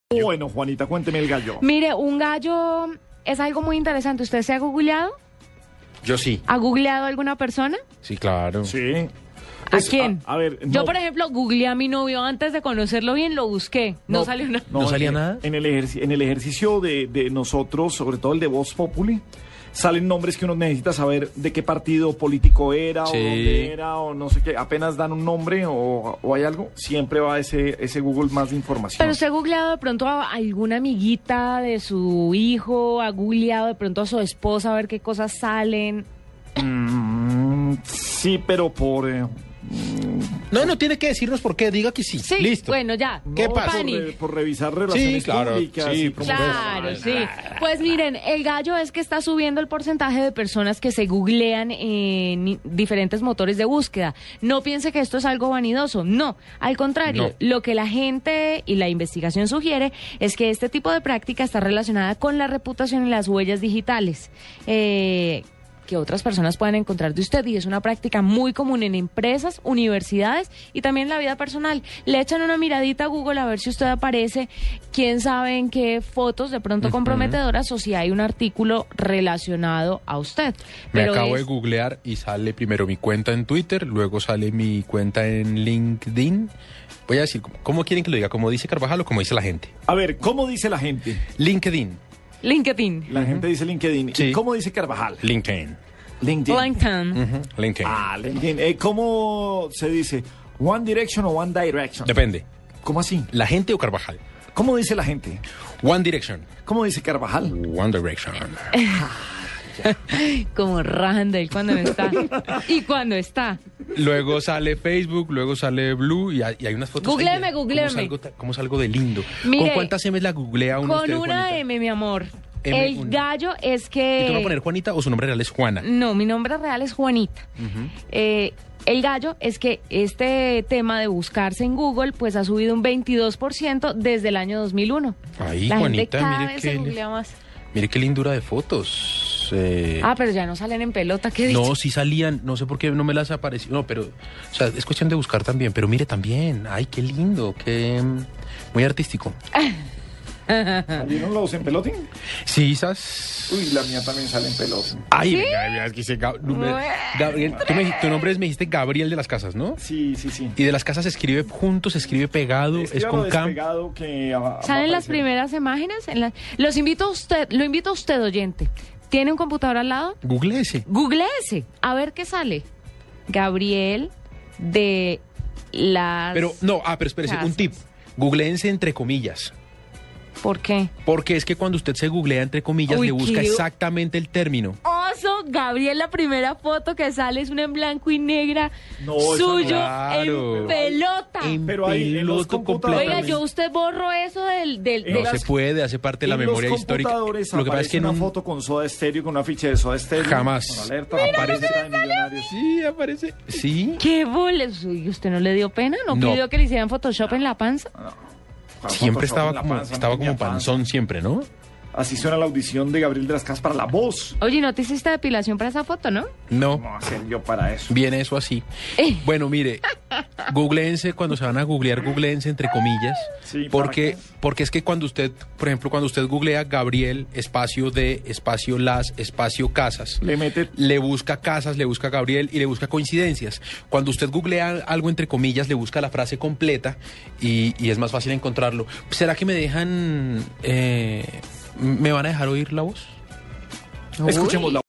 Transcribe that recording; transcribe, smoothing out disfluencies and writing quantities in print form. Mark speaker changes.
Speaker 1: Bueno, Juanita, cuénteme el gallo.
Speaker 2: Mire, un gallo es algo muy interesante. ¿Usted se ha googleado?
Speaker 3: Yo sí.
Speaker 2: ¿Ha googleado a alguna persona?
Speaker 3: Sí, claro.
Speaker 1: Sí.
Speaker 2: ¿A quién?
Speaker 1: A ver,
Speaker 2: Yo,
Speaker 1: no,
Speaker 2: por ejemplo, googleé a mi novio antes de conocerlo bien, lo busqué. No salió nada.
Speaker 3: ¿No salía nada?
Speaker 1: En el ejercicio de nosotros, sobre todo el de Voz Populi, salen nombres que uno necesita saber de qué partido político era,
Speaker 3: Sí.
Speaker 1: o dónde era, o no sé qué. Apenas dan un nombre o hay algo, siempre va ese Google más de información.
Speaker 2: Pero usted ha googleado de pronto a alguna amiguita de su hijo, ha googleado de pronto a su esposa a ver qué cosas salen.
Speaker 1: Sí, pero por...
Speaker 3: No tiene que decirnos por qué, diga que sí.
Speaker 2: Sí,
Speaker 3: Listo.
Speaker 2: bueno, ya.
Speaker 3: ¿Qué
Speaker 1: no,
Speaker 3: pasa?
Speaker 1: por revisar relaciones
Speaker 3: claro,
Speaker 1: públicas.
Speaker 3: sí,
Speaker 1: y
Speaker 3: por
Speaker 1: como-
Speaker 2: Claro, sí. Pues miren, el gallo es que está subiendo el porcentaje de personas que se googlean en diferentes motores de búsqueda. No piense que esto es algo vanidoso, no. Al contrario,
Speaker 3: No.
Speaker 2: lo que la gente y la investigación sugiere es que este tipo de práctica está relacionada con la reputación y las huellas digitales. Que otras personas pueden encontrar de usted, y es una práctica muy común en empresas, universidades y también en la vida personal. Le echan una miradita a Google a ver si usted aparece, quién sabe en qué fotos de pronto comprometedoras o si hay un artículo relacionado a usted.
Speaker 3: Me
Speaker 2: Pero
Speaker 3: acabo de
Speaker 2: es-
Speaker 3: googlear y sale primero mi cuenta en Twitter, luego sale mi cuenta en LinkedIn. Voy a decir, ¿cómo quieren que lo diga? ¿Como dice Carvajal o como dice la gente?
Speaker 1: A ver, ¿cómo dice la gente?
Speaker 3: LinkedIn.
Speaker 2: LinkedIn.
Speaker 1: La gente dice LinkedIn.
Speaker 3: Sí.
Speaker 1: ¿Y cómo dice Carvajal?
Speaker 3: LinkedIn.
Speaker 1: LinkedIn.
Speaker 2: LinkedIn.
Speaker 3: LinkedIn.
Speaker 1: Ah, LinkedIn. ¿Cómo se dice? ¿One Direction o One Direction?
Speaker 3: Depende.
Speaker 1: ¿Cómo así?
Speaker 3: ¿La gente o Carvajal?
Speaker 1: ¿Cómo dice la gente?
Speaker 3: One Direction.
Speaker 1: ¿Cómo dice Carvajal?
Speaker 3: One Direction.
Speaker 2: Como rajan de él cuando no está. Y cuando está.
Speaker 3: Luego sale Facebook, luego sale Blue y hay unas fotos.
Speaker 2: Googléeme,
Speaker 3: ahí de
Speaker 2: googléeme.
Speaker 3: ¿Cómo salgo de lindo?
Speaker 2: Mire,
Speaker 3: ¿Con cuántas M's la googlea uno
Speaker 2: Con
Speaker 3: usted,
Speaker 2: una
Speaker 3: Juanita?
Speaker 2: M, mi amor.
Speaker 3: M,
Speaker 2: El
Speaker 3: una.
Speaker 2: gallo es
Speaker 3: ¿Y
Speaker 2: que...
Speaker 3: tú vas a poner Juanita o su nombre real es Juana?
Speaker 2: No, mi nombre real es Juanita. El gallo es que este tema de buscarse en Google pues ha subido un 22% desde el año 2001.
Speaker 3: Ay,
Speaker 2: La gente
Speaker 3: Juanita,
Speaker 2: cada
Speaker 3: mire
Speaker 2: vez
Speaker 3: qué
Speaker 2: se googlea más.
Speaker 3: Mire qué lindura de fotos.
Speaker 2: Ah, pero ya no salen en pelota, ¿qué dice?
Speaker 3: No, sí salían, no sé por qué no me las apareció. No, pero, o sea, es cuestión de buscar también. Pero mire también, ay, qué lindo, qué muy artístico.
Speaker 1: ¿Salieron los en pelotín?
Speaker 3: Sí, esas.
Speaker 1: Uy, la mía también sale en pelotín.
Speaker 3: Ay, venga, es que dice Gabriel. Tu nombre me dijiste Gabriel de las Casas, ¿no?
Speaker 1: Sí.
Speaker 3: Y de las Casas se escribe junto, se escribe pegado, es
Speaker 1: Escríbalo
Speaker 3: con cam.
Speaker 1: despegado que va a
Speaker 2: Salen las
Speaker 1: aparecer.
Speaker 2: primeras imágenes. Lo invito a usted, oyente. ¿Tiene un computador al lado?
Speaker 3: Google ese.
Speaker 2: Googleese, a ver qué sale. Gabriel de las...
Speaker 3: Pero, no, pero espérese, un
Speaker 2: Casas.
Speaker 3: tip. Googleense entre comillas.
Speaker 2: ¿Por qué?
Speaker 3: Porque es que cuando usted se googlea entre comillas,
Speaker 2: Uy,
Speaker 3: le busca
Speaker 2: qué-
Speaker 3: exactamente el término.
Speaker 2: Oso, Gabriel, la primera foto que sale es una en blanco y negra,
Speaker 1: No, esa
Speaker 2: suyo
Speaker 3: Claro.
Speaker 2: en pelota.
Speaker 1: Pero ahí en los
Speaker 3: Peloto
Speaker 1: computadores-
Speaker 2: Oiga, yo usted borro eso del
Speaker 3: No
Speaker 1: las-
Speaker 3: se puede, hace parte de la
Speaker 1: En
Speaker 3: memoria
Speaker 1: los
Speaker 3: histórica.
Speaker 1: computadores
Speaker 3: Lo que pasa es
Speaker 1: aparece
Speaker 3: que en
Speaker 1: una
Speaker 3: un...
Speaker 1: foto con Soda Stereo, con una ficha de Soda Stereo.
Speaker 3: Jamás.
Speaker 1: Con alerta, aparece de Millonarios.
Speaker 3: Sí, aparece. Sí.
Speaker 2: ¿Qué boles? Uy, ¿usted no le dio pena? ¿No,
Speaker 3: No.
Speaker 2: pidió que le hicieran Photoshop en la panza?
Speaker 3: Siempre
Speaker 1: Photoshop en la
Speaker 3: estaba
Speaker 1: panza, no tenía panza.
Speaker 3: panzón siempre, ¿no?
Speaker 1: Así suena la audición de Gabriel de las Casas para La Voz.
Speaker 2: Oye, ¿no te hiciste depilación para esa foto, no?
Speaker 3: No.
Speaker 1: ¿Cómo hacer yo para eso?
Speaker 3: Viene eso así. Bueno, mire, googleense, cuando se van a googlear, googleense entre comillas,
Speaker 1: Sí, ¿para
Speaker 3: porque
Speaker 1: qué?
Speaker 3: porque es que cuando usted, por ejemplo, cuando usted googlea Gabriel, espacio de, espacio las, espacio casas,
Speaker 1: Le mete...
Speaker 3: le busca casas, le busca Gabriel y le busca coincidencias. Cuando usted googlea algo entre comillas, le busca la frase completa y es más fácil encontrarlo. ¿Será que me dejan, me van a dejar oír la voz?
Speaker 1: Escuchemos la